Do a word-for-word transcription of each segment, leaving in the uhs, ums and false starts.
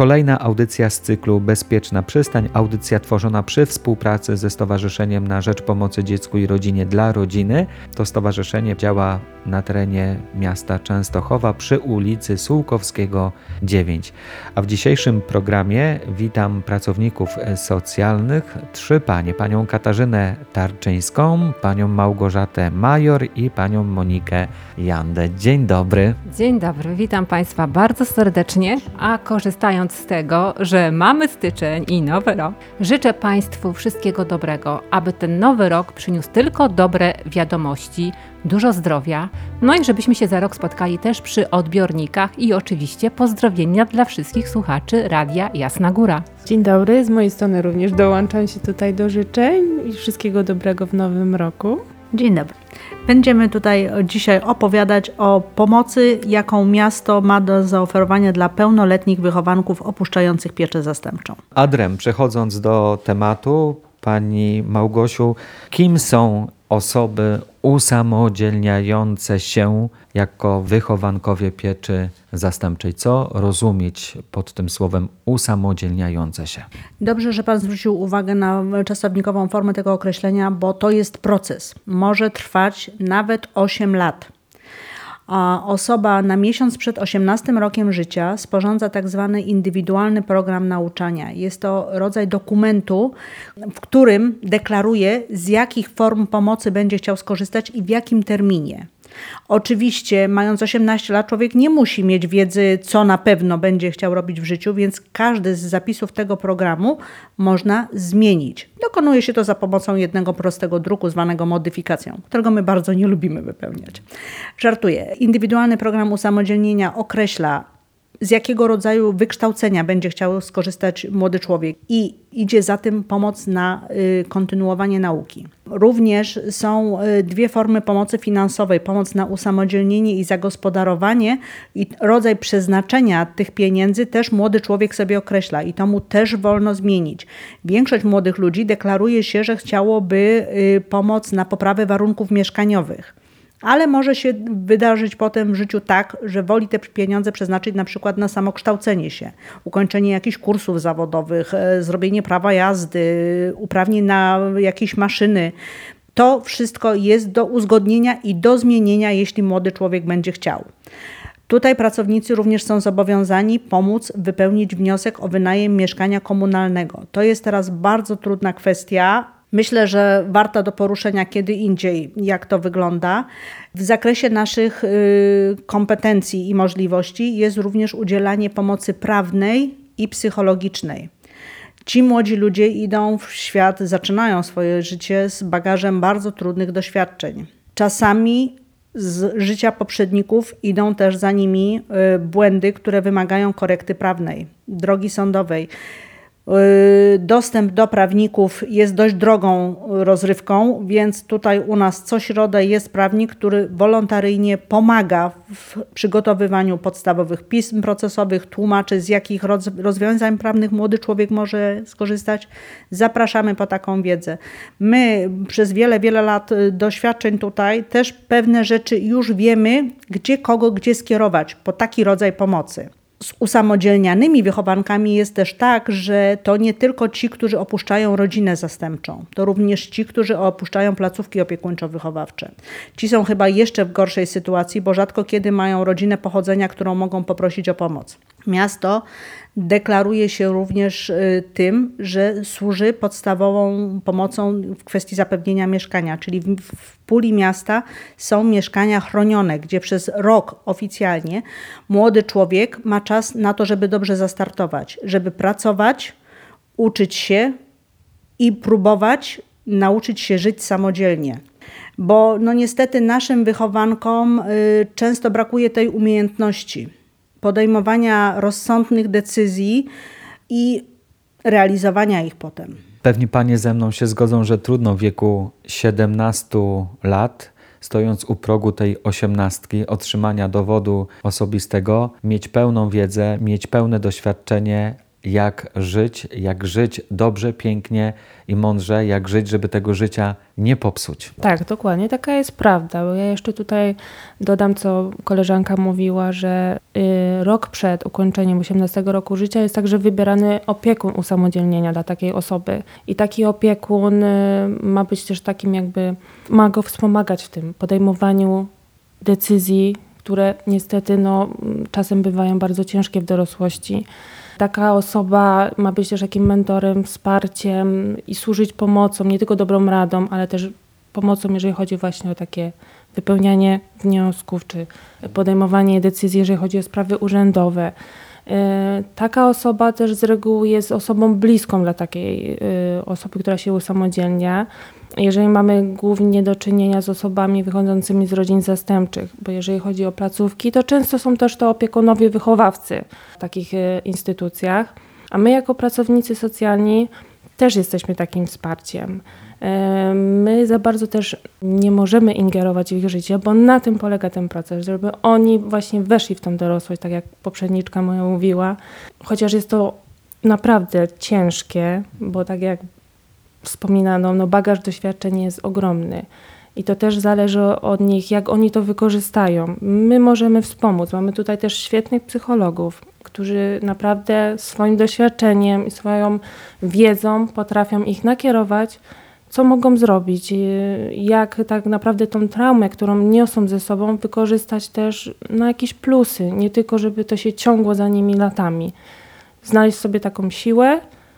Kolejna audycja z cyklu Bezpieczna Przystań, audycja tworzona przy współpracy ze Stowarzyszeniem na Rzecz Pomocy Dziecku i Rodzinie dla Rodziny. To stowarzyszenie działa na terenie miasta Częstochowa przy ulicy Sułkowskiego dziewięć. A w dzisiejszym programie witam pracowników socjalnych, trzy panie, panią Katarzynę Tarczyńską, panią Małgorzatę Major i panią Monikę Jandę. Dzień dobry. Dzień dobry, witam Państwa bardzo serdecznie, a korzystając z tego, że mamy styczeń i nowy rok, życzę Państwu wszystkiego dobrego, aby ten nowy rok przyniósł tylko dobre wiadomości, dużo zdrowia, no i żebyśmy się za rok spotkali też przy odbiornikach i oczywiście pozdrowienia dla wszystkich słuchaczy Radia Jasna Góra. Dzień dobry, z mojej strony również dołączam się tutaj do życzeń i wszystkiego dobrego w nowym roku. Dzień dobry. Będziemy tutaj dzisiaj opowiadać o pomocy, jaką miasto ma do zaoferowania dla pełnoletnich wychowanków opuszczających pieczę zastępczą. Adrem, przechodząc do tematu, pani Małgosiu, kim są osoby usamodzielniające się jako wychowankowie pieczy zastępczej? Co rozumieć pod tym słowem usamodzielniające się? Dobrze, że Pan zwrócił uwagę na czasownikową formę tego określenia, bo to jest proces. Może trwać nawet osiem lat. A osoba na miesiąc przed osiemnastym rokiem życia sporządza tak zwany indywidualny program nauczania. Jest to rodzaj dokumentu, w którym deklaruje, z jakich form pomocy będzie chciał skorzystać i w jakim terminie. Oczywiście, mając osiemnaście lat, człowiek nie musi mieć wiedzy, co na pewno będzie chciał robić w życiu, więc każdy z zapisów tego programu można zmienić. Dokonuje się to za pomocą jednego prostego druku, zwanego modyfikacją, którego my bardzo nie lubimy wypełniać. Żartuję. Indywidualny program usamodzielnienia określa, z jakiego rodzaju wykształcenia będzie chciał skorzystać młody człowiek i idzie za tym pomoc na y, kontynuowanie nauki. Również są y, dwie formy pomocy finansowej, pomoc na usamodzielnienie i zagospodarowanie i rodzaj przeznaczenia tych pieniędzy też młody człowiek sobie określa i to mu też wolno zmienić. Większość młodych ludzi deklaruje się, że chciałoby y, pomoc na poprawę warunków mieszkaniowych. Ale może się wydarzyć potem w życiu tak, że woli te pieniądze przeznaczyć na przykład na samokształcenie się, ukończenie jakichś kursów zawodowych, zrobienie prawa jazdy, uprawnień na jakieś maszyny. To wszystko jest do uzgodnienia i do zmienienia, jeśli młody człowiek będzie chciał. Tutaj pracownicy również są zobowiązani pomóc wypełnić wniosek o wynajem mieszkania komunalnego. To jest teraz bardzo trudna kwestia. Myślę, że warta do poruszenia kiedy indziej, jak to wygląda. W zakresie naszych y, kompetencji i możliwości jest również udzielanie pomocy prawnej i psychologicznej. Ci młodzi ludzie idą w świat, zaczynają swoje życie z bagażem bardzo trudnych doświadczeń. Czasami z życia poprzedników idą też za nimi y, błędy, które wymagają korekty prawnej, drogi sądowej. Dostęp do prawników jest dość drogą rozrywką, więc tutaj u nas co środę jest prawnik, który wolontaryjnie pomaga w przygotowywaniu podstawowych pism procesowych, tłumaczy, z jakich rozwiązań prawnych młody człowiek może skorzystać. Zapraszamy po taką wiedzę. My przez wiele, wiele lat doświadczeń tutaj też pewne rzeczy już wiemy, gdzie kogo, gdzie skierować po taki rodzaj pomocy. Z usamodzielnianymi wychowankami jest też tak, że to nie tylko ci, którzy opuszczają rodzinę zastępczą, to również ci, którzy opuszczają placówki opiekuńczo-wychowawcze. Ci są chyba jeszcze w gorszej sytuacji, bo rzadko kiedy mają rodzinę pochodzenia, którą mogą poprosić o pomoc. Miasto deklaruje się również tym, że służy podstawową pomocą w kwestii zapewnienia mieszkania, czyli w, w puli miasta są mieszkania chronione, gdzie przez rok oficjalnie młody człowiek ma czas na to, żeby dobrze zastartować, żeby pracować, uczyć się i próbować nauczyć się żyć samodzielnie. Bo no niestety naszym wychowankom y, często brakuje tej umiejętności podejmowania rozsądnych decyzji i realizowania ich potem. Pewnie panie ze mną się zgodzą, że trudno w wieku siedemnastu lat, stojąc u progu tej osiemnastki, otrzymania dowodu osobistego, mieć pełną wiedzę, mieć pełne doświadczenie, jak żyć, jak żyć dobrze, pięknie i mądrze, jak żyć, żeby tego życia nie popsuć. Tak, dokładnie, taka jest prawda. Bo ja jeszcze tutaj dodam, co koleżanka mówiła, że y, rok przed ukończeniem osiemnastego roku życia jest także wybierany opiekun usamodzielnienia dla takiej osoby. I taki opiekun y, ma być też takim jakby, ma go wspomagać w tym podejmowaniu decyzji, które niestety no, czasem bywają bardzo ciężkie w dorosłości. Taka osoba ma być też takim mentorem, wsparciem i służyć pomocą, nie tylko dobrą radą, ale też pomocą, jeżeli chodzi właśnie o takie wypełnianie wniosków, czy podejmowanie decyzji, jeżeli chodzi o sprawy urzędowe. Taka osoba też z reguły jest osobą bliską dla takiej osoby, która się usamodzielnia. Jeżeli mamy głównie do czynienia z osobami wychodzącymi z rodzin zastępczych, bo jeżeli chodzi o placówki, to często są też to opiekunowie wychowawcy w takich instytucjach, a my jako pracownicy socjalni też jesteśmy takim wsparciem. My za bardzo też nie możemy ingerować w ich życie, bo na tym polega ten proces, żeby oni właśnie weszli w tą dorosłość, tak jak poprzedniczka moja mówiła. Chociaż jest to naprawdę ciężkie, bo tak jak wspominano, no bagaż doświadczeń jest ogromny. I to też zależy od nich, jak oni to wykorzystają. My możemy wspomóc. Mamy tutaj też świetnych psychologów, którzy naprawdę swoim doświadczeniem i swoją wiedzą potrafią ich nakierować, co mogą zrobić, jak tak naprawdę tą traumę, którą niosą ze sobą, wykorzystać też na jakieś plusy, nie tylko żeby to się ciągło za nimi latami. Znaleźć sobie taką siłę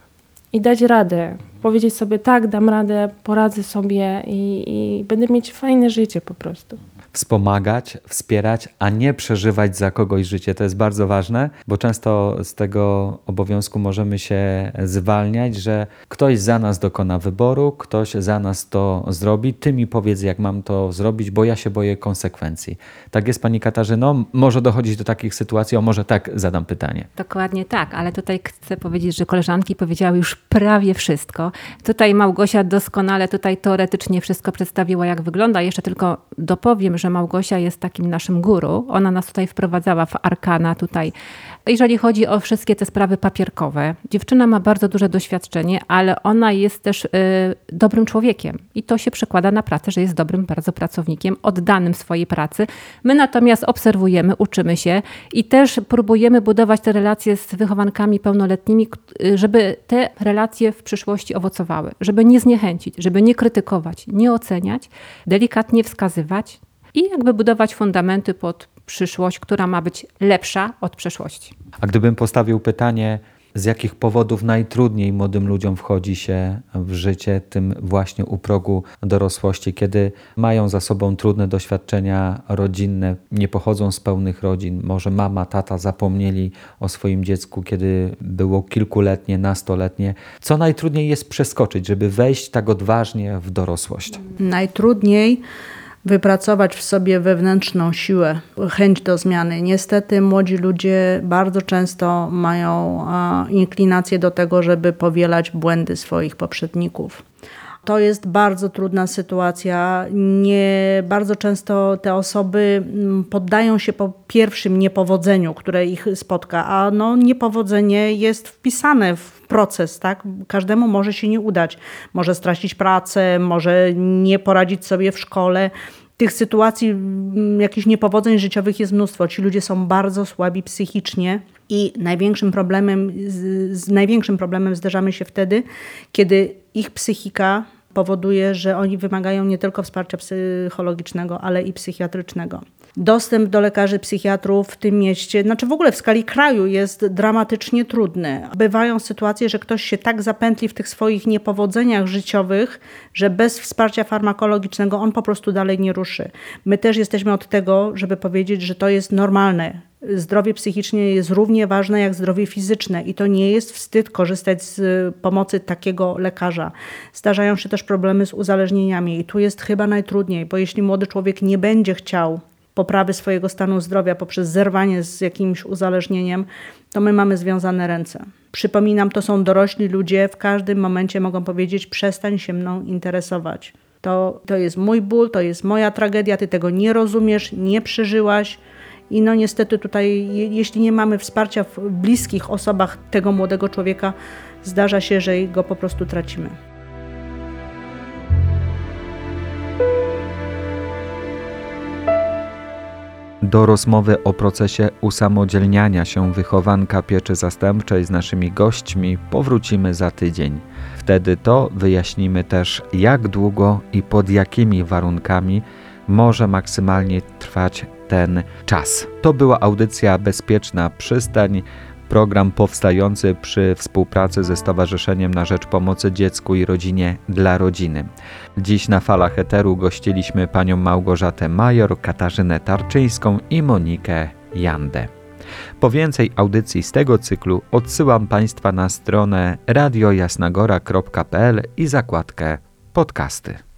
i dać radę. Powiedzieć sobie tak, dam radę, poradzę sobie i, i będę mieć fajne życie po prostu. Wspomagać, wspierać, a nie przeżywać za kogoś życie. To jest bardzo ważne, bo często z tego obowiązku możemy się zwalniać, że ktoś za nas dokona wyboru, ktoś za nas to zrobi. Ty mi powiedz, jak mam to zrobić, bo ja się boję konsekwencji. Tak jest, Pani Katarzyno? Może dochodzić do takich sytuacji, o może tak zadam pytanie. Dokładnie tak, ale tutaj chcę powiedzieć, że koleżanki powiedziały już prawie wszystko. Tutaj Małgosia doskonale tutaj teoretycznie wszystko przedstawiła, jak wygląda. Jeszcze tylko dopowiem, że Małgosia jest takim naszym guru. Ona nas tutaj wprowadzała w arkana tutaj. Jeżeli chodzi o wszystkie te sprawy papierkowe, dziewczyna ma bardzo duże doświadczenie, ale ona jest też y, dobrym człowiekiem i to się przekłada na pracę, że jest dobrym bardzo pracownikiem, oddanym swojej pracy. My natomiast obserwujemy, uczymy się i też próbujemy budować te relacje z wychowankami pełnoletnimi, żeby te relacje w przyszłości owocowały, żeby nie zniechęcić, żeby nie krytykować, nie oceniać, delikatnie wskazywać i jakby budować fundamenty pod przyszłość, która ma być lepsza od przeszłości. A gdybym postawił pytanie, z jakich powodów najtrudniej młodym ludziom wchodzi się w życie, tym właśnie u progu dorosłości, kiedy mają za sobą trudne doświadczenia rodzinne, nie pochodzą z pełnych rodzin, może mama, tata zapomnieli o swoim dziecku, kiedy było kilkuletnie, nastoletnie. Co najtrudniej jest przeskoczyć, żeby wejść tak odważnie w dorosłość? Najtrudniej wypracować w sobie wewnętrzną siłę, chęć do zmiany. Niestety młodzi ludzie bardzo często mają inklinację do tego, żeby powielać błędy swoich poprzedników. To jest bardzo trudna sytuacja. Nie, bardzo często te osoby poddają się po pierwszym niepowodzeniu, które ich spotka, a no, niepowodzenie jest wpisane w proces, tak? Każdemu może się nie udać. Może stracić pracę, może nie poradzić sobie w szkole. Tych sytuacji, jakichś niepowodzeń życiowych jest mnóstwo. Ci ludzie są bardzo słabi psychicznie i największym problemem, z, z największym problemem zderzamy się wtedy, kiedy ich psychika powoduje, że oni wymagają nie tylko wsparcia psychologicznego, ale i psychiatrycznego. Dostęp do lekarzy psychiatrów w tym mieście, znaczy w ogóle w skali kraju jest dramatycznie trudny. Bywają sytuacje, że ktoś się tak zapętli w tych swoich niepowodzeniach życiowych, że bez wsparcia farmakologicznego on po prostu dalej nie ruszy. My też jesteśmy od tego, żeby powiedzieć, że to jest normalne. Zdrowie psychiczne jest równie ważne jak zdrowie fizyczne i to nie jest wstyd korzystać z pomocy takiego lekarza. Zdarzają się też problemy z uzależnieniami i tu jest chyba najtrudniej, bo jeśli młody człowiek nie będzie chciał poprawy swojego stanu zdrowia poprzez zerwanie z jakimś uzależnieniem, to my mamy związane ręce. Przypominam, to są dorośli ludzie, w każdym momencie mogą powiedzieć: przestań się mną interesować. To, to jest mój ból, to jest moja tragedia, ty tego nie rozumiesz, nie przeżyłaś I no niestety tutaj, jeśli nie mamy wsparcia w bliskich osobach tego młodego człowieka, zdarza się, że go po prostu tracimy. Do rozmowy o procesie usamodzielniania się wychowanka pieczy zastępczej z naszymi gośćmi powrócimy za tydzień. Wtedy to wyjaśnimy też, jak długo i pod jakimi warunkami może maksymalnie trwać ten czas. To była audycja Bezpieczna Przystań, program powstający przy współpracy ze Stowarzyszeniem na Rzecz Pomocy Dziecku i Rodzinie dla Rodziny. Dziś na falach eteru gościliśmy panią Małgorzatę Major, Katarzynę Tarczyńską i Monikę Jandę. Po więcej audycji z tego cyklu odsyłam Państwa na stronę radio jasna gora kropka p l i zakładkę podcasty.